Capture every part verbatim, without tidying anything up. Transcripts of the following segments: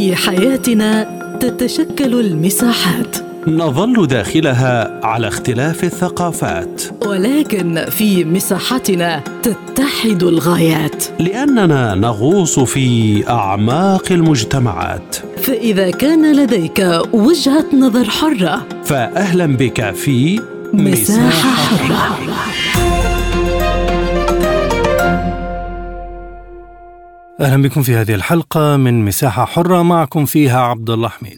في حياتنا تتشكل المساحات، نظل داخلها على اختلاف الثقافات، ولكن في مساحتنا تتحد الغايات، لأننا نغوص في أعماق المجتمعات. فإذا كان لديك وجهة نظر حرة، فأهلا بك في مساحة حرة. أهلا بكم في هذه الحلقة من مساحة حرة، معكم فيها عبد الله حميد.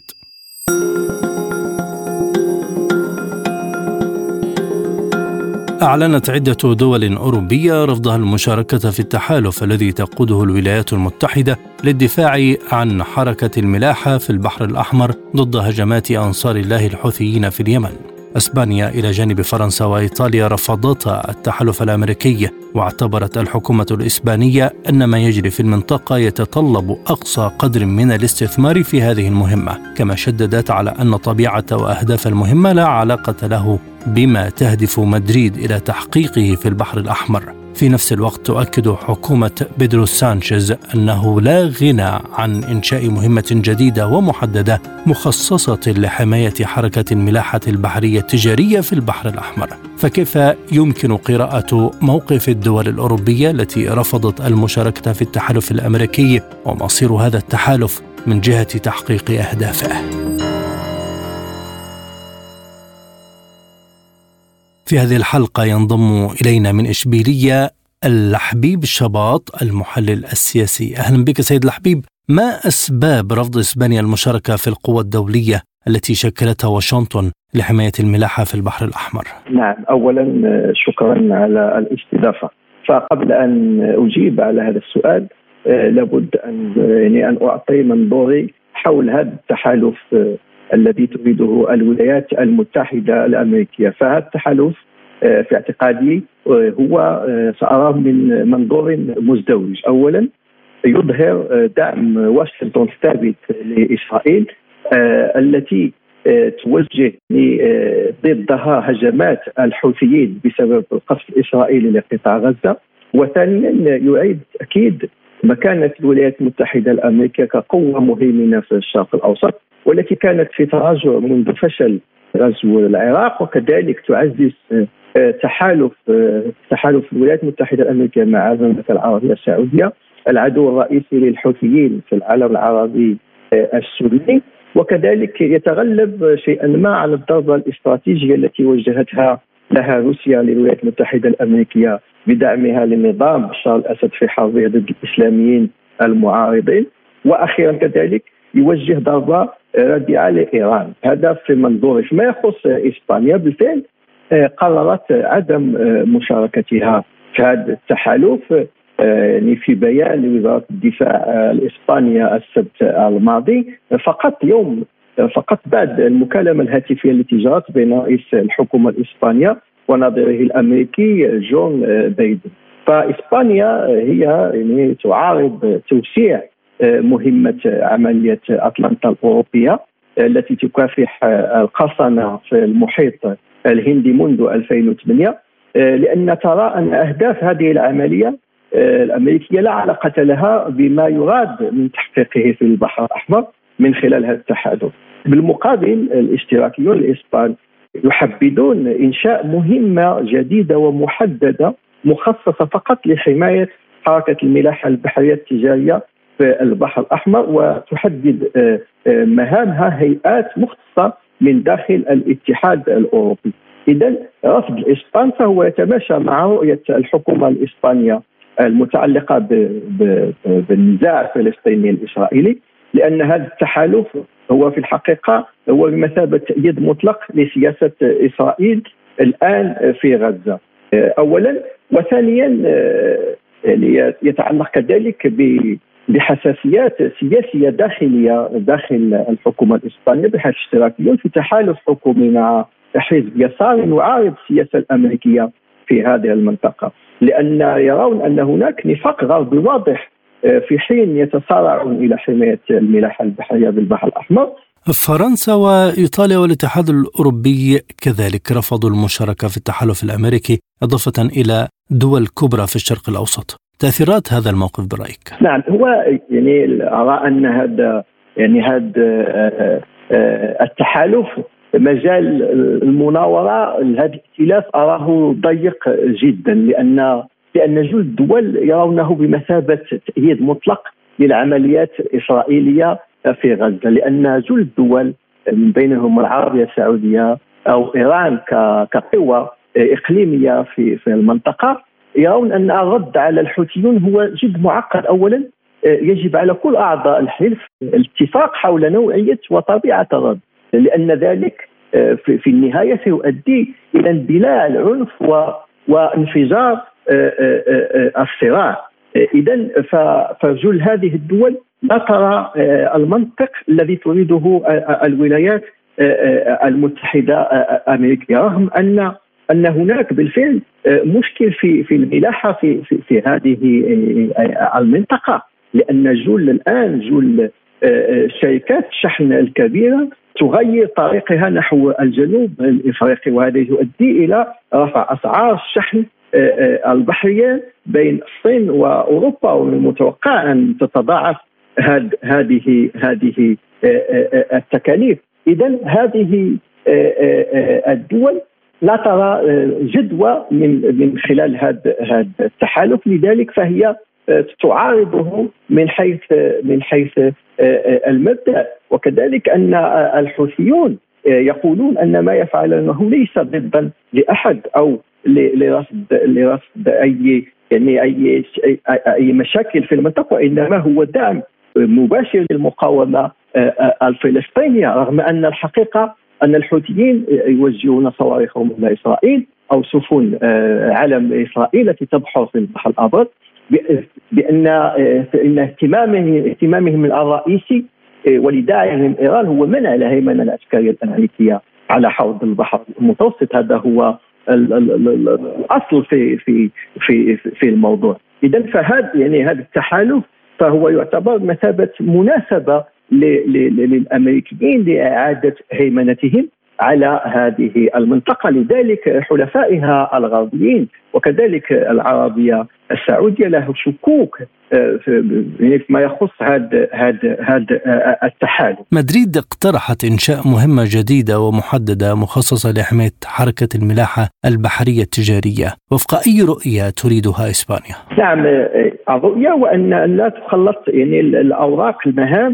أعلنت عدة دول أوروبية رفضها المشاركة في التحالف الذي تقوده الولايات المتحدة للدفاع عن حركة الملاحة في البحر الأحمر ضد هجمات أنصار الله الحوثيين في اليمن. إسبانيا إلى جانب فرنسا وإيطاليا رفضتا التحالف الأمريكي، واعتبرت الحكومة الإسبانية أن ما يجري في المنطقة يتطلب أقصى قدر من الاستثمار في هذه المهمة، كما شددت على أن طبيعة وأهداف المهمة لا علاقة له بما تهدف مدريد إلى تحقيقه في البحر الأحمر. في نفس الوقت تؤكد حكومة بيدرو سانشيز أنه لا غنى عن إنشاء مهمة جديدة ومحددة مخصصة لحماية حركة الملاحة البحرية التجارية في البحر الأحمر. فكيف يمكن قراءة موقف الدول الأوروبية التي رفضت المشاركة في التحالف الأمريكي ومصير هذا التحالف من جهة تحقيق أهدافه؟ في هذه الحلقة ينضم إلينا من إشبيلية الحبيب شباط، المحلل السياسي. أهلا بك سيد الحبيب. ما أسباب رفض إسبانيا المشاركة في القوى الدولية التي شكلتها واشنطن لحماية الملاحة في البحر الأحمر؟ نعم، أولا شكرا على الاستضافة. فقبل أن أجيب على هذا السؤال لابد أن يعني أن أعطي منظوري حول هذا التحالف الذي تريده الولايات المتحدة الأمريكية. فهذا التحالف في اعتقادي هو سأراه من منظور مزدوج. أولا يظهر دعم واشنطن الثابت لإسرائيل التي توجه ضدها هجمات الحوثيين بسبب القصف الإسرائيلي لقطاع غزة. وثانيا يعيد أكيد مكانة الولايات المتحدة الأمريكية كقوة مهيمنة في الشرق الأوسط، والتي كانت في تراجع منذ فشل غزو العراق، وكذلك تعزز تحالف تحالف الولايات المتحدة الأمريكية مع المملكة العربية السعودية، العدو الرئيسي للحوثيين في العالم العربي السني، وكذلك يتغلب شيئا ما على الضربة الاستراتيجية التي وجهتها لها روسيا للولايات المتحدة الأمريكية بدعمها لنظام بشار الأسد في حربه ضد الإسلاميين المعارضين. وأخيرا كذلك يوجه ضربة رادعة لإيران. هذا في منظور. فيما يخص إسبانيا بالفعل قررت عدم مشاركتها في هذا التحالف يعني في بيان لوزارة الدفاع الإسبانية السبت الماضي، فقط يوم فقط بعد المكالمة الهاتفية التي جرت بين رئيس الحكومة الإسبانية ونظيره الأمريكي جون بايدن. فإسبانيا هي يعني تعارض توسيع مهمة عملية أطلنطا الأوروبية التي تكافح القرصنة في المحيط الهندي منذ ألفين وثمانية، لأن ترى أن أهداف هذه العملية الأمريكية لا علاقة لها بما يراد من تحقيقه في البحر الأحمر من خلال هذا التحالف. بالمقابل الاشتراكيون الإسبان يحبذون إنشاء مهمة جديدة ومحددة مخصصة فقط لحماية حركة الملاحة البحرية التجارية في البحر الأحمر، وتحدد مهامها هيئات مختصة من داخل الاتحاد الأوروبي. إذن رفض الإسبان فهو يتماشى مع رؤية الحكومة الإسبانية المتعلقة بالنزاع الفلسطيني الإسرائيلي، لأن هذا التحالف هو في الحقيقة هو بمثابة تأييد مطلق لسياسة إسرائيل الآن في غزة أولا. وثانيا يتعلق كذلك بحساسيات سياسية داخلية داخل الحكومة الإسبانية، بحيث الاشتراكيون في تحالف حكومي مع حزب يسار يعارض السياسة الأمريكية في هذه المنطقة، لأن يرون أن هناك نفاق غربي واضح في حين يتصارعون إلى حماية الملاحة البحرية بالبحر الأحمر. فرنسا وإيطاليا والاتحاد الأوروبي كذلك رفضوا المشاركة في التحالف الأمريكي، إضافة إلى دول كبرى في الشرق الأوسط. تأثيرات هذا الموقف برأيك؟ نعم، هو يعني أرى أن هذا يعني هذا التحالف مجال المناورة هذا الائتلاف أراه ضيق جدا، لأن لأن جل الدول يرونه بمثابة تأييد مطلق للعمليات الإسرائيلية في غزة، لأن جل الدول من بينهم العربية السعودية أو إيران كقوة إقليمية في في المنطقة يرون أن الرد على الحوثيون هو جد معقد. أولا يجب على كل أعضاء الحلف الاتفاق حول نوعية وطبيعة الرد، لأن ذلك في النهاية سيؤدي إلى اندلاع العنف وانفجار الصراع. إذن فجل هذه الدول لا ترى المنطق الذي تريده الولايات المتحدة الأمريكية، رغم أن أن هناك بالفعل مشكل في في الملاحة في في, في هذه المنطقة، لأن جل الآن جل شركات الشحن الكبيرة تغير طريقها نحو الجنوب الإفريقي، وهذا يؤدي إلى رفع أسعار الشحن البحرية بين الصين وأوروبا، ومن المتوقع أن تتضاعف هذه هذه التكاليف. إذن هذه الدول لا ترى جدوى من من خلال هذا هذا التحالف، لذلك فهي تعارضه من حيث من حيث المبدأ. وكذلك أن الحوثيون يقولون أن ما يفعلونه ليس ضدا لأحد أو لرصد لرصد أي يعني أي أي مشاكل في المنطقة، وإنما هو دعم مباشر للمقاومة الفلسطينية، رغم أن الحقيقة أن الحوثيين يوجهون صواريخهم إلى إسرائيل أو سفن علم إسرائيل التي تبحر في البحر الأبيض، بأن إن اهتمامهم اهتمامهم الرئيسي ولداعمهم إيران هو منع الهيمنة العسكرية الأمريكية على حوض البحر المتوسط. هذا هو الأصل في في في في الموضوع. إذن فهذا يعني هذا التحالف فهو يعتبر مثابة مناسبة للأمريكيين لإعادة هيمنتهم على هذه المنطقة. لذلك حلفائها الغربيين وكذلك العربية السعودية له شكوك فيما يخص هذا هذا هذا التحالف. مدريد اقترحت إنشاء مهمة جديدة ومحددة مخصصة لحماية حركة الملاحة البحرية التجارية، وفق أي رؤية تريدها إسبانيا؟ نعم، الرؤية وأن لا تخلط يعني الأوراق المهام،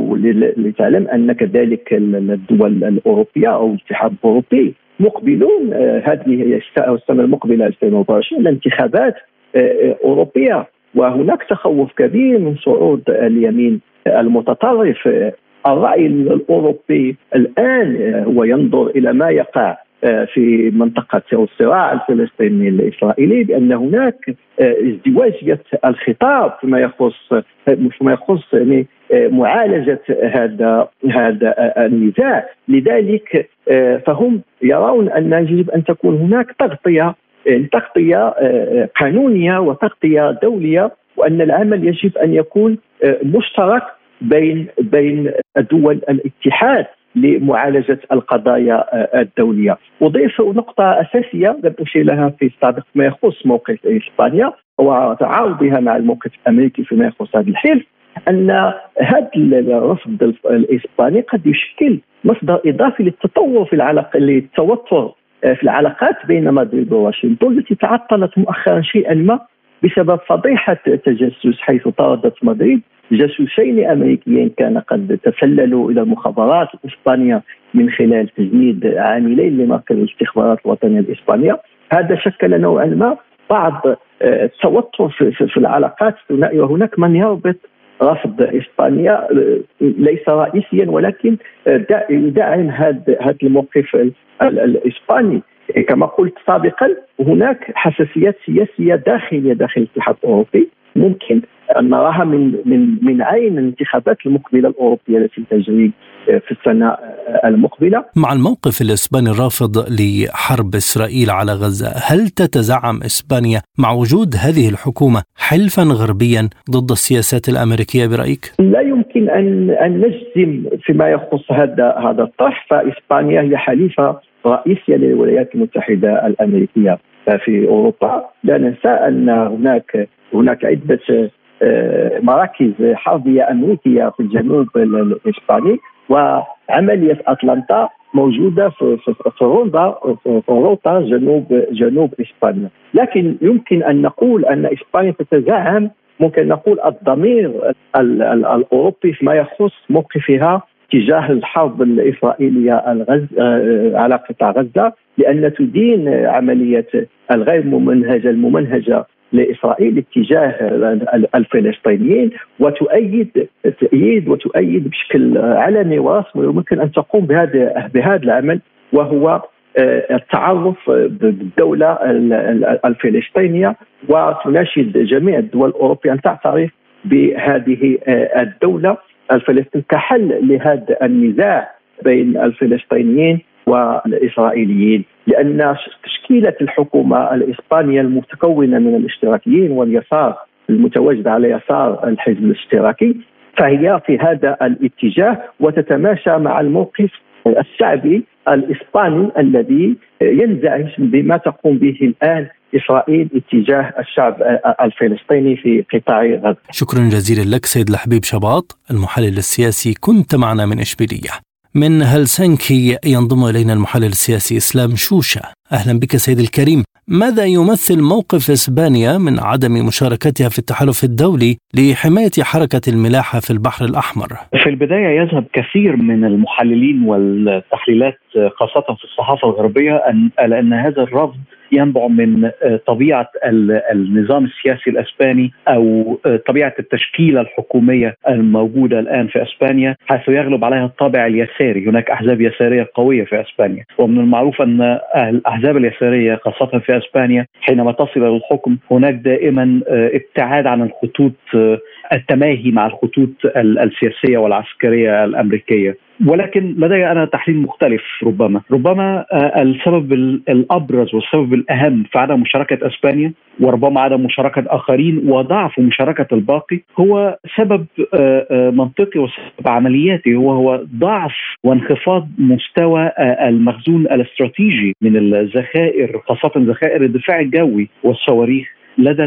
ولتعلم أن كذلك الدول الأوروبية أو الاتحاد الأوروبي مقبلون هذه السنة المقبلة ألفين وأربعة وعشرين الانتخابات أوروبية، وهناك تخوف كبير من صعود اليمين المتطرف. الرأي الأوروبي الآن هو ينظر إلى ما يقع في منطقة الصراع الفلسطيني الإسرائيلي، بأن هناك ازدواجية الخطاب فيما يخص فيما يخص يعني معالجة هذا هذا النزاع. لذلك فهم يرون أن يجب أن تكون هناك تغطية تغطية قانونية وتغطية دولية، وأن العمل يجب أن يكون مشترك بين بين دول الاتحاد لمعالجة القضايا الدولية. أضيف نقطة أساسية لم أشير لها في السابق ما يخص موقف إسبانيا وتعارضها مع الموقف الأمريكي فيما يخص هذا الحلف، أن هذا الرفض الإسباني قد يشكل مصدر إضافي للتطور في العلاقة للتوتر في العلاقات بين مدريد وواشنطن التي تعطلت مؤخرا شيئا ما بسبب فضيحة تجسس، حيث طردت مدريد جاسوسين أمريكيين كان قد تسللوا إلى المخابرات الإسبانية من خلال تجنيد عاملين لمركز الاستخبارات الوطنية الإسبانية. هذا شكل نوعا ما بعض التوتر في العلاقات الثنائية، وهناك من يربط رفض إسبانيا ليس رئيسيا ولكن يدعم هذا هذا الموقف الإسباني. كما قلت سابقا هناك حساسيات سياسية داخلية داخل الاتحاد الأوروبي ممكن أن نراها من من من عين الانتخابات المقبلة الأوروبية التي تجري في السنة المقبلة. مع الموقف الإسباني الرافض لحرب إسرائيل على غزة، هل تتزعم إسبانيا مع وجود هذه الحكومة حلفا غربيا ضد السياسات الأمريكية برأيك؟ لا يمكن أن أن نجزم فيما يخص هذا هذا الطرح، فإسبانيا هي حليفة رئيسية للولايات المتحدة الأمريكية في أوروبا. لا ننسى أن هناك هناك عدة مراكز حربية أمريكية في الجنوب الإسباني، وعملية أتلانتا موجودة في في روندا في روتا جنوب جنوب إسبانيا. لكن يمكن أن نقول أن إسبانيا تتزعم، ممكن نقول الضمير الأوروبي فيما يخص موقفها تجاه الحرب الإسرائيلية على قطاع غزة، لأن تدين عملية الغير ممنهجة الممنهجة لإسرائيل اتجاه الفلسطينيين، وتؤيد تؤيد وتؤيد بشكل علني ورسمي، ويمكن أن تقوم بهذا بهذا العمل، وهو التعرف بالدولة الفلسطينية، وتناشد جميع الدول الأوروبية أن تعترف بهذه الدولة الفلسطينية كحل لهذا النزاع بين الفلسطينيين والإسرائيليين، لأن تشكيلة الحكومة الإسبانية المتكونة من الاشتراكيين واليسار المتواجد على يسار الحزب الاشتراكي، فهي في هذا الاتجاه وتتماشى مع الموقف الشعبي الإسباني الذي ينزعج بما تقوم به الآن إسرائيل اتجاه الشعب الفلسطيني في قطاع غزة. شكرا جزيلا لك سيد الحبيب شباط المحلل السياسي، كنت معنا من إشبيلية. من هلسنكي ينضم إلينا المحلل السياسي إسلام شوشة. أهلا بك سيد الكريم. ماذا يمثل موقف إسبانيا من عدم مشاركتها في التحالف الدولي لحماية حركة الملاحة في البحر الأحمر؟ في البداية يذهب كثير من المحللين والتحليلات خاصة في الصحافة الغربية أن أن هذا الرفض ينبع من طبيعة النظام السياسي الإسباني أو طبيعة التشكيلة الحكومية الموجودة الآن في إسبانيا، حيث يغلب عليها الطابع اليساري. هناك أحزاب يسارية قوية في إسبانيا، ومن المعروف أن الأحزاب اليسارية خاصة في إسبانيا حينما تصل إلى الحكم هناك دائما ابتعاد عن الخطوط، التماهي مع الخطوط السياسية والعسكرية الأمريكية. ولكن لدي أنا تحليل مختلف. ربما ربما السبب الأبرز والسبب الأهم في عدم مشاركة إسبانيا، وربما عدم مشاركة آخرين وضعف مشاركة الباقي، هو سبب منطقي وسبب عملياتي، هو هو ضعف وانخفاض مستوى المخزون الاستراتيجي من الذخائر، خاصة ذخائر الدفاع الجوي والصواريخ لدى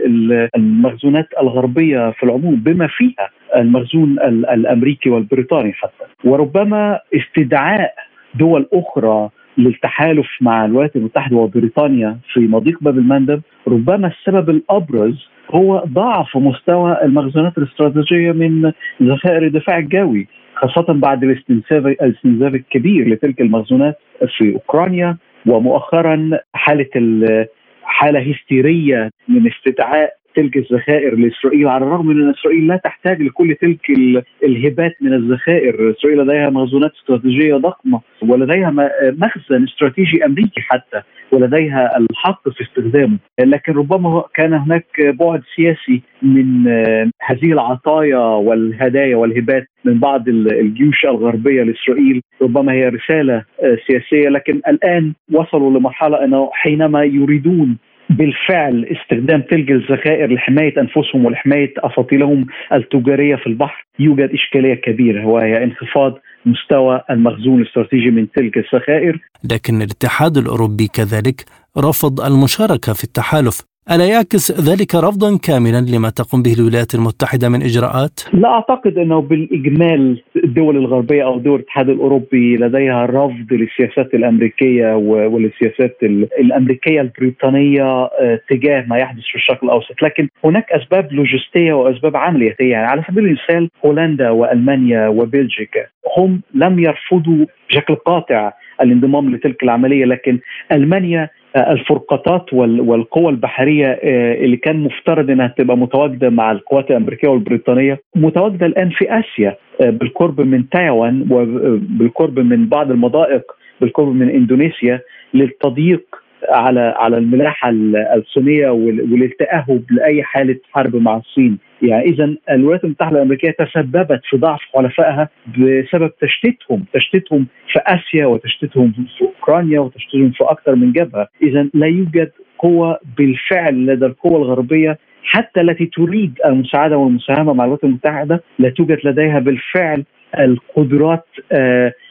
المخزونات الغربية في العموم، بما فيها المخزون الأمريكي والبريطاني حتى. وربما استدعاء دول أخرى للتحالف مع الولايات المتحدة وبريطانيا في مضيق باب المندب، ربما السبب الأبرز هو ضعف مستوى المخزونات الاستراتيجية من ذخائر الدفاع الجوي، خاصة بعد الاستنزاف الاستنزاف الكبير لتلك المخزونات في أوكرانيا، ومؤخرا حالة حالة هستيرية من استدعاء تلك الذخائر لإسرائيل، على الرغم من أن إسرائيل لا تحتاج لكل تلك الهبات من الذخائر. إسرائيل لديها مخزونات استراتيجية ضخمة، ولديها مخزن استراتيجي أمريكي حتى، ولديها الحق في استخدامه. لكن ربما كان هناك بعد سياسي من هذه العطايا والهدايا والهبات من بعض الجيوش الغربية لإسرائيل، ربما هي رسالة سياسية. لكن الآن وصلوا لمرحلة أنه حينما يريدون بالفعل استخدام تلك الذخائر لحماية أنفسهم ولحماية أساطيلهم التجارية في البحر، يوجد إشكالية كبيرة وهي انخفاض مستوى المخزون الاستراتيجي من تلك الذخائر. لكن الاتحاد الأوروبي كذلك رفض المشاركة في التحالف. ألا يعكس ذلك رفضا كاملا لما تقوم به الولايات المتحدة من إجراءات؟ لا أعتقد أنه بالإجمال الدول الغربية أو دول الاتحاد الأوروبي لديها رفض للسياسات الأمريكية وللسياسات الأمريكية البريطانية تجاه ما يحدث في الشرق الأوسط. لكن هناك أسباب لوجستية وأسباب عملياتية. يعني على سبيل المثال هولندا وألمانيا وبلجيكا هم لم يرفضوا بشكل قاطع الانضمام لتلك العملية، لكن ألمانيا الفرقاطات والقوى البحرية اللي كان مفترض أنها تبقى متواجدة مع القوات الأمريكية والبريطانية متواجدة الآن في آسيا بالقرب من تايوان وبالقرب من بعض المضائق بالقرب من إندونيسيا للتضييق على على الملاحة الصينية والالتأهب لأي حالة حرب مع الصين. يعني إذن الولايات المتحدة الأمريكية تسببت في ضعف حلفائها بسبب تشتيتهم تشتيتهم في آسيا وتشتيتهم في أوكرانيا وتشتيتهم في أكثر من جبهة. إذن لا يوجد قوة بالفعل لدى القوى الغربية حتى التي تريد المساعدة والمساهمة مع الولايات المتحدة، لا توجد لديها بالفعل القدرات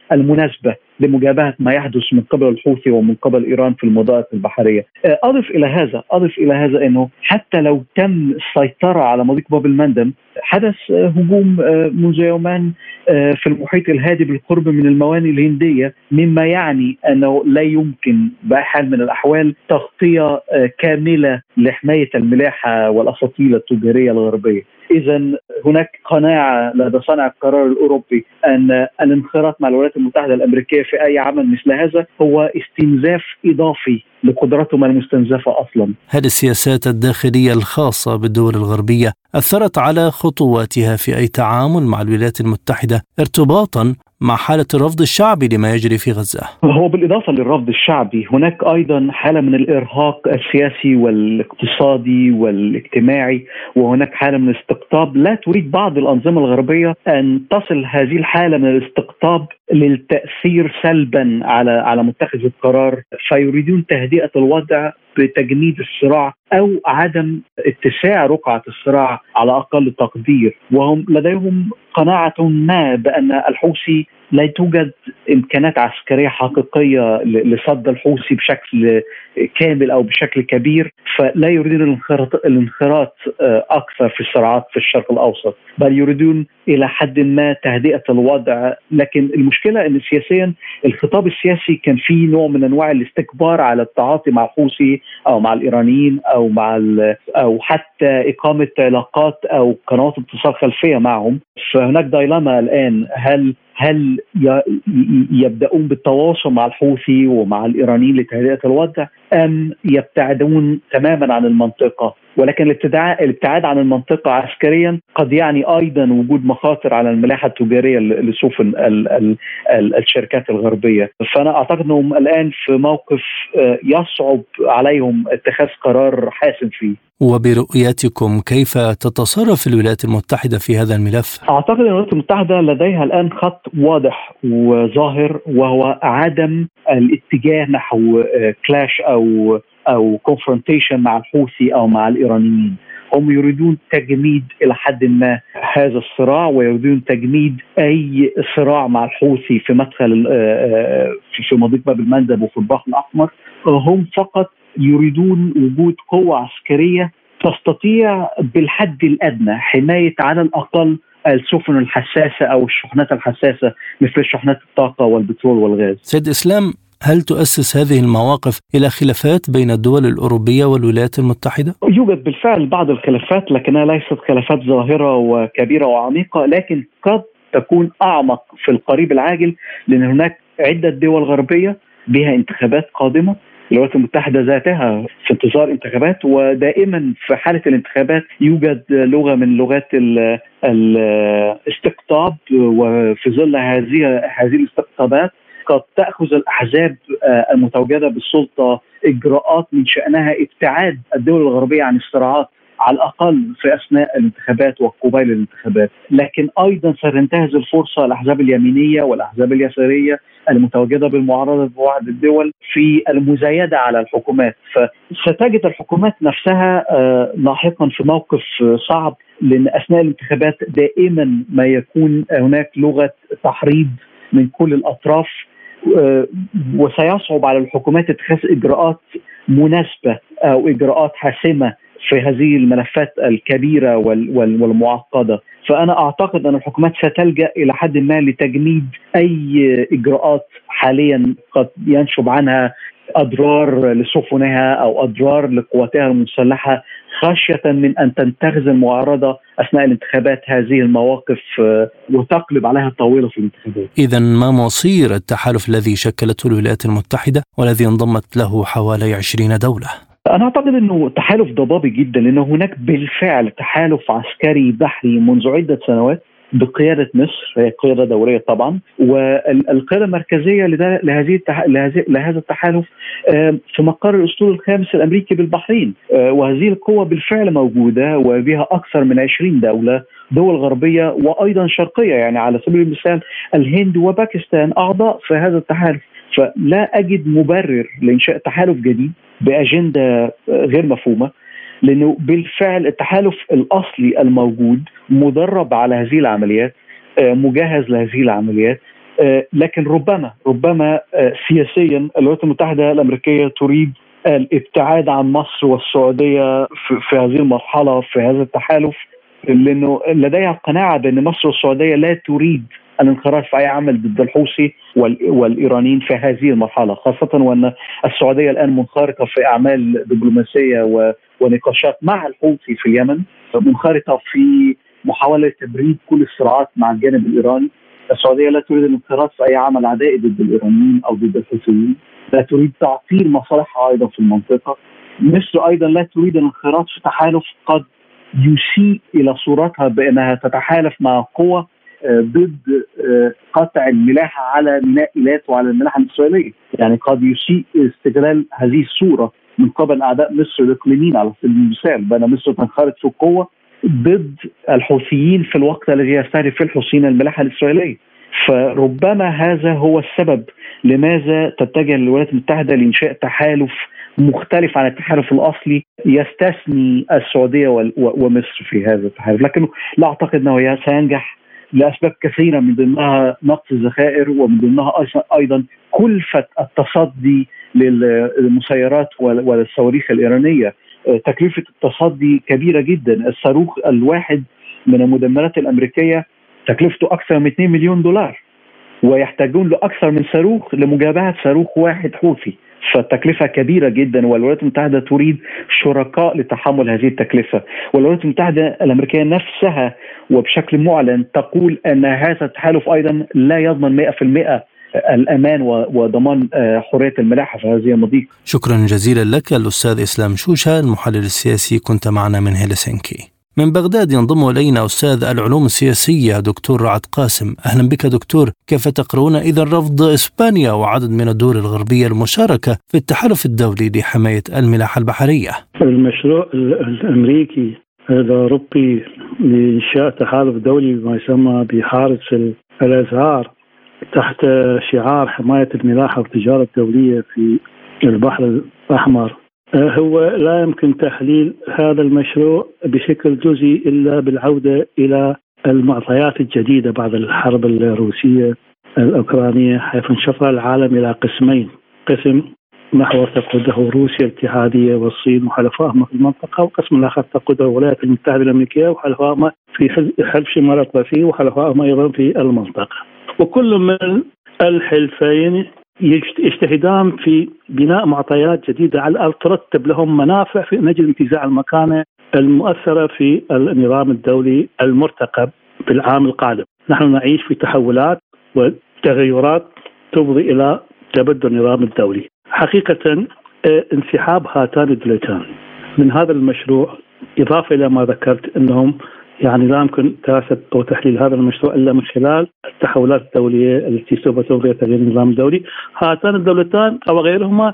المناسبة لمجابهة ما يحدث من قبل الحوثي ومن قبل إيران في المضايق البحرية. أضف إلى هذا أضف إلى هذا أنه حتى لو تم السيطرة على مضيق باب المندب، حدث هجوم منذ يومين في المحيط الهادي بالقرب من الموانئ الهندية، مما يعني أنه لا يمكن بأي حال من الأحوال تغطية كاملة لحماية الملاحة والأساطيل التجارية الغربية. إذا هناك قناعة لدى صانع القرار الأوروبي أن الانخراط مع الولايات المتحدة الأمريكية في أي عمل مثل هذا هو استنزاف إضافي لقدراتهم المستنزفة أصلا. هذه السياسات الداخلية الخاصة بالدول الغربية أثرت على خطواتها في أي تعامل مع الولايات المتحدة ارتباطا مع حالة الرفض الشعبي لما يجري في غزة. هو بالإضافة للرفض الشعبي هناك أيضا حالة من الإرهاق السياسي والاقتصادي والاجتماعي، وهناك حالة من الاستقطاب. لا تريد بعض الأنظمة الغربية أن تصل هذه الحالة من الاستقطاب للتأثير سلبا على على متخذ القرار، فيريدون تهدئة الوضع بتجميد الصراع أو عدم اتساع رقعة الصراع على أقل تقدير. وهم لديهم قناعة ما بأن الحوثي لا توجد إمكانات عسكرية حقيقية لصد الحوثي بشكل كامل أو بشكل كبير، فلا يريدون الانخراط, الانخراط أكثر في الصراعات في الشرق الأوسط، بل يريدون إلى حد ما تهدئة الوضع. لكن المشكلة أن سياسيا الخطاب السياسي كان فيه نوع من أنواع الاستكبار على التعاطي مع الحوثي أو مع الإيرانيين أو مع أو حتى إقامة علاقات أو قنوات اتصال خلفية معهم. فهناك دايلاما الآن، هل هل يبدأون بالتواصل مع الحوثي ومع الإيرانيين لتهدئة الوضع أم يبتعدون تماما عن المنطقة؟ ولكن الابتعاد عن المنطقة عسكريا قد يعني أيضا وجود مخاطر على الملاحة التجارية لسفن الشركات الغربية. فأنا أعتقد أنهم الآن في موقف يصعب عليهم اتخاذ قرار حاسم فيه. وبرؤيتكم كيف تتصرف الولايات المتحدة في هذا الملف؟ أعتقد أن الولايات المتحدة لديها الآن خط واضح وظاهر، وهو عدم الاتجاه نحو كلاش أو أو كونفرونتيشن مع الحوثي أو مع الإيرانيين. هم يريدون تجميد إلى حد ما هذا الصراع، ويريدون تجميد أي صراع مع الحوثي في مدخل في مضيق باب المندب وفي البحر الأحمر. هم فقط يريدون وجود قوة عسكرية تستطيع بالحد الأدنى حماية على الأقل السفن الحساسة أو الشحنات الحساسة مثل شحنات الطاقة والبترول والغاز. سيد إسلام، هل تؤسس هذه المواقف إلى خلافات بين الدول الأوروبية والولايات المتحدة؟ يوجد بالفعل بعض الخلافات، لكنها ليست خلافات ظاهرة وكبيرة وعميقة، لكن قد تكون أعمق في القريب العاجل، لأن هناك عدة دول غربية بها انتخابات قادمة. الولايات المتحدة ذاتها في انتظار انتخابات، ودائما في حالة الانتخابات يوجد لغة من لغات الاستقطاب، وفي ظل هذه هذه الاستقطابات قد تأخذ الأحزاب المتواجدة بالسلطة إجراءات من شأنها ابتعاد الدول الغربية عن الصراعات على الأقل في أثناء الانتخابات وقبيل الانتخابات. لكن أيضا ستنتهز الفرصة الأحزاب اليمينية والأحزاب اليسارية المتواجدة بالمعارضة ببعض الدول في المزايدة على الحكومات، فستجد الحكومات نفسها لاحقا في موقف صعب، لأن أثناء الانتخابات دائما ما يكون هناك لغة تحريض من كل الأطراف، وسيصعب على الحكومات اتخاذ إجراءات مناسبة أو إجراءات حاسمة في هذه الملفات الكبيرة والمعقدة. فأنا أعتقد أن الحكومات ستلجأ إلى حد ما لتجميد أي إجراءات حاليا قد ينشب عنها أضرار لسفنها أو أضرار لقواتها المسلحة، خشية من أن تنتهز المعارضة أثناء الانتخابات هذه المواقف وتقلب عليها الطاولة في الانتخابات. إذن ما مصير التحالف الذي شكلته الولايات المتحدة والذي انضمت له حوالي عشرين دولة؟ أنا أعتقد أنه تحالف ضبابي جدا، لأنه هناك بالفعل تحالف عسكري بحري منذ عدة سنوات بقيادة مصر، هي قيادة دولية طبعا، والقيادة المركزية لهذه لهذا التحالف في مقر الأسطول الخامس الأمريكي بالبحرين. وهذه القوة بالفعل موجودة وبها أكثر من عشرين دولة، دول غربية وأيضا شرقية، يعني على سبيل المثال الهند وباكستان أعضاء في هذا التحالف. فلا أجد مبرر لإنشاء تحالف جديد بأجندة غير مفهومة، لأنه بالفعل التحالف الأصلي الموجود مدرب على هذه العمليات، مجهز لهذه العمليات، لكن ربما ربما سياسيا الولايات المتحدة الأمريكية تريد الابتعاد عن مصر والسعودية في هذه المرحلة في هذا التحالف، لأنه لديها القناعة بأن مصر والسعودية لا تريد الانخراط في أي عمل ضد الحوثي والإيرانيين في هذه المرحلة، خاصة وأن السعودية الآن منخرطة في أعمال دبلوماسية ونقاشات مع الحوثي في اليمن، منخرطة في محاولة تبريد كل الصراعات مع الجانب الإيراني. السعودية لا تريد الانخراط في أي عمل عدائي ضد الإيرانيين أو ضد الحوثيين، لا تريد تعطيل مصالحها أيضا في المنطقة. مصر أيضا لا تريد الانخراط في تحالف قد يسيء إلى صورتها بأنها تتحالف مع قوة ضد قطع الملاحة على ميناء إيلات وعلى الملاحة الإسرائيلية. يعني قد يسيء استغلال هذه الصورة من قبل أعداء مصر الإقليميين على سبيل المثال، بأن مصر تنخرط في قوة ضد الحوثيين في الوقت الذي يستهدف فيه الحوثيين الملاحة الإسرائيلية. فربما هذا هو السبب لماذا تتجه الولايات المتحدة لإنشاء تحالف مختلف عن التحالف الأصلي يستثني السعودية ومصر في هذا التحالف، لكن لا أعتقد أنه سينجح لأسباب كثيرة، من ضمنها نقص الذخائر، ومن ضمنها أيضا كلفة التصدي للمسيرات والصواريخ الإيرانية. تكلفة التصدي كبيرة جدا، الصاروخ الواحد من المدمرات الأمريكية تكلفته أكثر من اثنين مليون دولار، ويحتاجون لأكثر من صاروخ لمجابهة صاروخ واحد حوثي، فالتكلفة كبيرة جدا، والولايات المتحدة تريد شركاء لتحمل هذه التكلفة. والولايات المتحدة الأمريكية نفسها وبشكل معلن تقول أن هذا التحالف أيضا لا يضمن مئة بالمئة الأمان وضمان حرية الملاحة في هذه المضيق. شكرا جزيلا لك الأستاذ إسلام شوشة، المحلل السياسي، كنت معنا من هلسنكي. من بغداد ينضم إلينا أستاذ العلوم السياسية دكتور رعد قاسم. أهلا بك دكتور. كيف تقرؤون إذا رفض إسبانيا وعدد من الدول الغربية المشاركة في التحالف الدولي لحماية الملاحة البحرية؟ المشروع الأمريكي الأوروبي لإنشاء تحالف دولي ما يسمى بحارس الأزهار تحت شعار حماية الملاحة والتجارة الدولية في البحر الأحمر، هو لا يمكن تحليل هذا المشروع بشكل جزئي إلا بالعودة إلى المعطيات الجديدة بعد الحرب الروسية الأوكرانية، حيث انشق العالم إلى قسمين: قسم محور تقوده روسيا الاتحادية والصين وحلفائهم في المنطقة، وقسم الآخر تقوده الولايات المتحدة الأمريكية وحلفائهم في حلف شمال الأطلسي وحلفائهم أيضا في المنطقة. وكل من الحلفين يجتهدان في بناء معطيات جديدة على الأرض ترتب لهم منافع في نجل انتزاع المكانة المؤثرة في النظام الدولي المرتقب في العام القادم. نحن نعيش في تحولات وتغيرات تفضي إلى تبدل النظام الدولي. حقيقة انسحاب هاتان الدولتان من هذا المشروع، إضافة إلى ما ذكرت أنهم يعني لا يمكن دراسة أو تحليل هذا المشروع إلا من خلال التحولات الدولية التي سوف تفضي تغيير النظام الدولي، هاتان الدولتان أو غيرهما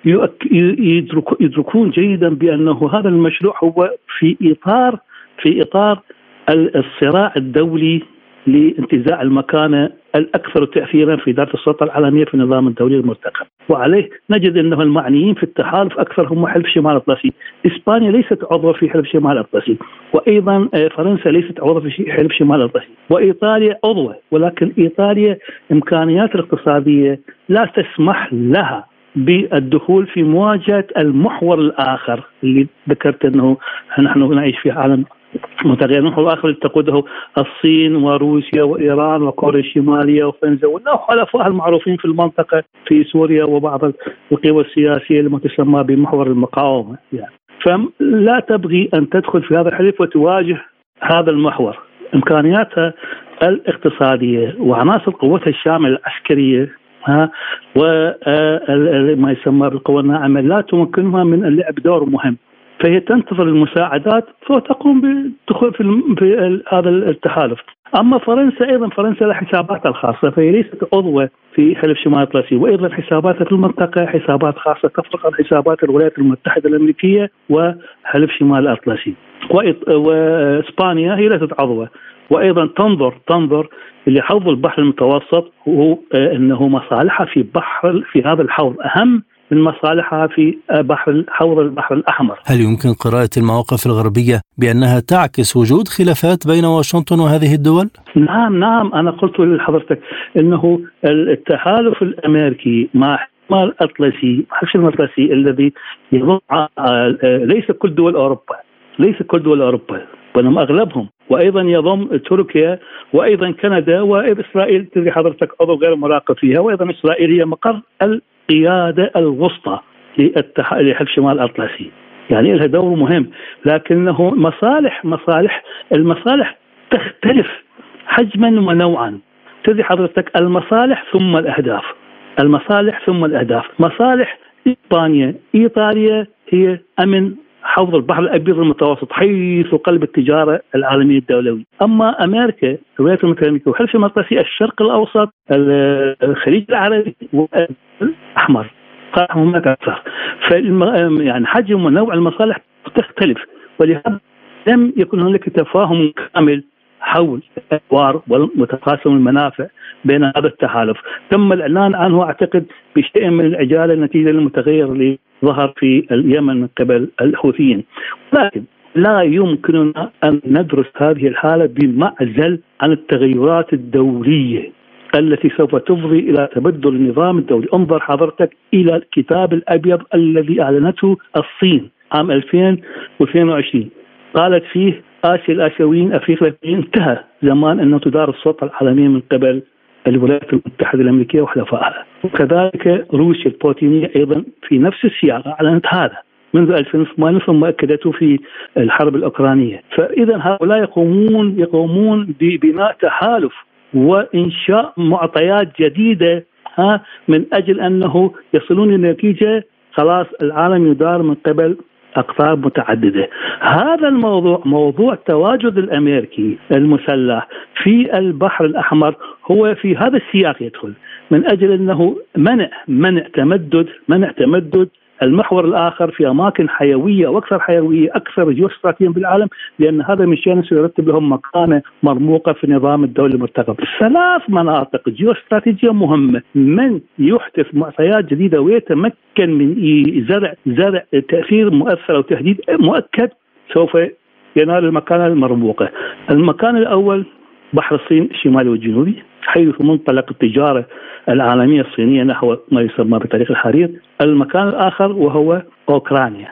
يدركون جيدا بأنه هذا المشروع هو في إطار في إطار الصراع الدولي لانتزاع المكانة الأكثر تأثيرا في إدارة السلطة العالمية في النظام الدولي المرتقب. وعليه نجد أنه المعنيين في التحالف أكثر هم حلف شمال الأطلسي. إسبانيا ليست عضوة في حلف شمال الأطلسي، وأيضا فرنسا ليست عضوة في حلف شمال الأطلسي، وإيطاليا عضوة، ولكن إيطاليا إمكانيات الاقتصادية لا تسمح لها بالدخول في مواجهة المحور الآخر اللي ذكرت أنه نحن نعيش في عالم متغير. المحور الآخر اللي تقوده الصين وروسيا وإيران وكوريا الشمالية وفنزويلا وحلفائها المعروفين في المنطقة في سوريا وبعض القوى السياسية اللي تسمى بمحور المقاومة يعني. فلا تبغي أن تدخل في هذا الحلف وتواجه هذا المحور. إمكانياتها الاقتصادية وعناصر قوتها الشاملة العسكرية ها وما يسمى بالقوى الناعمة لا تمكنها من اللعب دور مهم، فهي تنتظر المساعدات وتقوم بالدخول في, في هذا التحالف. أما فرنسا أيضا فرنسا لها حساباتها الخاصة، فهي ليست عضوة في حلف شمال الأطلسي، وأيضا حساباتها في المنطقة حسابات خاصة تفرق عن حسابات الولايات المتحدة الأمريكية وحلف شمال الأطلسي. وإسبانيا هي ليست عضوة، وأيضا تنظر تنظر لحوض البحر المتوسط، وهو أنه مصالحها في بحر في هذا الحوض أهم من مصالحها في بحر حوض البحر الأحمر. هل يمكن قراءة المواقف الغربية بأنها تعكس وجود خلافات بين واشنطن وهذه الدول؟ نعم نعم أنا قلت لحضرتك أنه التحالف الأمريكي مع حلف الأطلسي حلف الأطلسي الذي يضم ليس كل دول أوروبا ليس كل دول أوروبا وإنما أغلبهم، وأيضا يضم تركيا وأيضا كندا وإسرائيل تدري حضرتك عضو غير مراقب فيها، وأيضا إسرائيل هي مقر القيادة الوسطى لحلف شمال الأطلسي، يعني لها دور مهم. لكنه مصالح مصالح المصالح تختلف حجما ونوعا. تدري حضرتك المصالح ثم الأهداف، المصالح ثم الأهداف. مصالح إسبانيا إيطاليا هي أمن حوض البحر الأبيض المتوسط حيث قلب التجارة العالمية الدولوي. أما أمريكا الولايات المتحدة الأمريكية وحلف الأطلسي الشرق الأوسط الخليج العربي والأحمر هناك أكثر. يعني حجم ونوع المصالح تختلف، ولهذا لم يكن هناك تفاهم كامل حول الأدوار وتقاسم المنافع بين هذا التحالف. تم الإعلان عنه أعتقد بشيء من العجالة نتيجة للمتغير اللي ظهر في اليمن من قبل الحوثيين، لكن لا يمكننا أن ندرس هذه الحالة بمعزل عن التغيرات الدولية التي سوف تفضي إلى تبدل النظام الدولي. انظر حضرتك إلى الكتاب الأبيض الذي أعلنته الصين عام ألفين واثنين وعشرين، قالت فيه آسيا الآسيويين أفريقيا انتهى زمان أنه تدار السلطة العالمية من قبل الولايات المتحدة الأمريكية وحلفائها. وكذلك روسيا البوتينية أيضا في نفس السياق أعلنت هذا منذ ألفين وثمانية ثم أكدته في الحرب الأوكرانية. فإذا هؤلاء يقومون يقومون ببناء تحالف وإنشاء معطيات جديدة ها من أجل أنه يصلون إلى نتيجة خلاص العالم يدار من قبل أقطاب متعددة. هذا الموضوع موضوع التواجد الأمريكي المسلح في البحر الأحمر هو في هذا السياق يدخل من أجل أنه منع منع تمدد منع تمدد المحور الآخر في أماكن حيوية وأكثر حيوية أكثر جيوستراتيجيا بالعالم، لأن هذا من شأنه سيرتب لهم مكانة مرموقة في النظام الدولي المرتقب. ثلاث مناطق جيوستراتيجية مهمة، من يحدث معطيات جديدة ويتمكن من زرع زرع تأثير مؤثر أو تهديد مؤكد سوف ينال المكانة المرموقة. المكان الأول بحر الصين الشمالي والجنوبي حيث منطلق التجارة العالمية الصينية نحو ما يسمى بطريق الحرير. المكان الآخر وهو أوكرانيا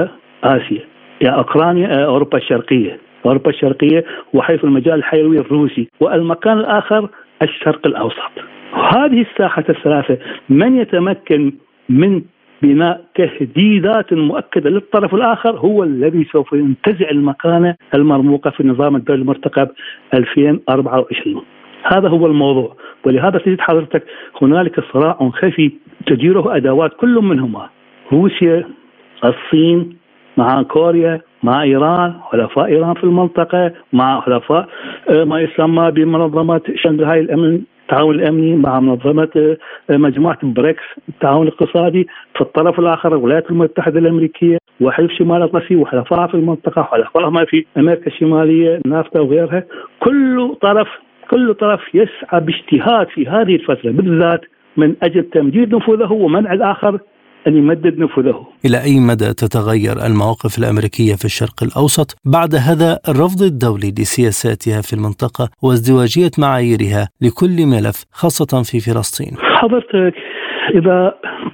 وآسيا، يعني أوكرانيا أوروبا الشرقية أوروبا الشرقية وحيث المجال الحيوي الروسي. والمكان الآخر الشرق الأوسط. هذه الساحة الثلاثة من يتمكن من بناء تهديدات مؤكدة للطرف الآخر هو الذي سوف ينتزع المكانة المرموقة في النظام الدولي المرتقب ألفين وأربعة وعشرين. هذا هو الموضوع، ولهذا تجد حضرتك هنالك صراع خفي تديره أدوات كل منهما روسيا الصين مع كوريا مع إيران، حلفاء إيران في المنطقة مع حلفاء ما يسمى بمنظمة شنغهاي الأمن التعاون الأمني مع منظمة مجموعة بريكس التعاون الاقتصادي. في الطرف الآخر الولايات المتحدة الأمريكية وحلف شمال الأطلسي وحلفاء في المنطقة وحلفاء ما في أمريكا الشمالية نافتا وغيرها. كل طرف كل طرف يسعى باجتهاد في هذه الفترة بالذات من أجل تمديد نفوذه ومنع الآخر أن يمدد نفوذه. إلى أي مدى تتغير المواقف الأمريكية في الشرق الأوسط بعد هذا الرفض الدولي لسياساتها في المنطقة وازدواجية معاييرها لكل ملف خاصة في فلسطين؟ حضرتك إذا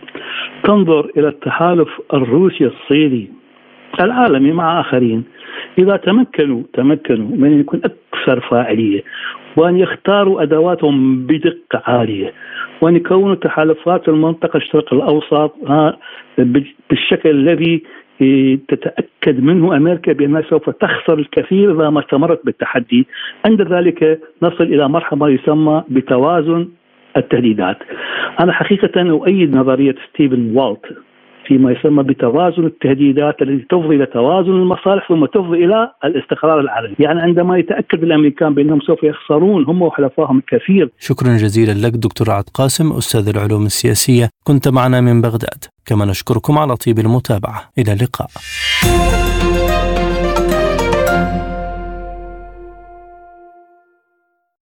تنظر إلى التحالف الروسي الصيني العالمي مع آخرين، إذا تمكنوا تمكنوا من أن يكون أكثر فاعلية وأن يختاروا أدواتهم بدقة عالية وأن يكونوا تحالفات في المنطقة الشرق الأوسط بالشكل الذي تتأكد منه أمريكا بأنها سوف تخسر الكثير إذا ما استمرت بالتحدي، عند ذلك نصل إلى مرحلة ما يسمى بتوازن التهديدات. أنا حقيقة أؤيد نظرية ستيفن والت فيما يسمى بتوازن التهديدات التي تفضي إلى توازن المصالح ثم تفضي إلى الاستقرار العالمي. يعني عندما يتأكد الأمريكان بأنهم سوف يخسرون هم وحلفائهم الكثير. شكرا جزيلا لك دكتور عاد قاسم أستاذ العلوم السياسية، كنت معنا من بغداد. كما نشكركم على طيب المتابعة. إلى اللقاء.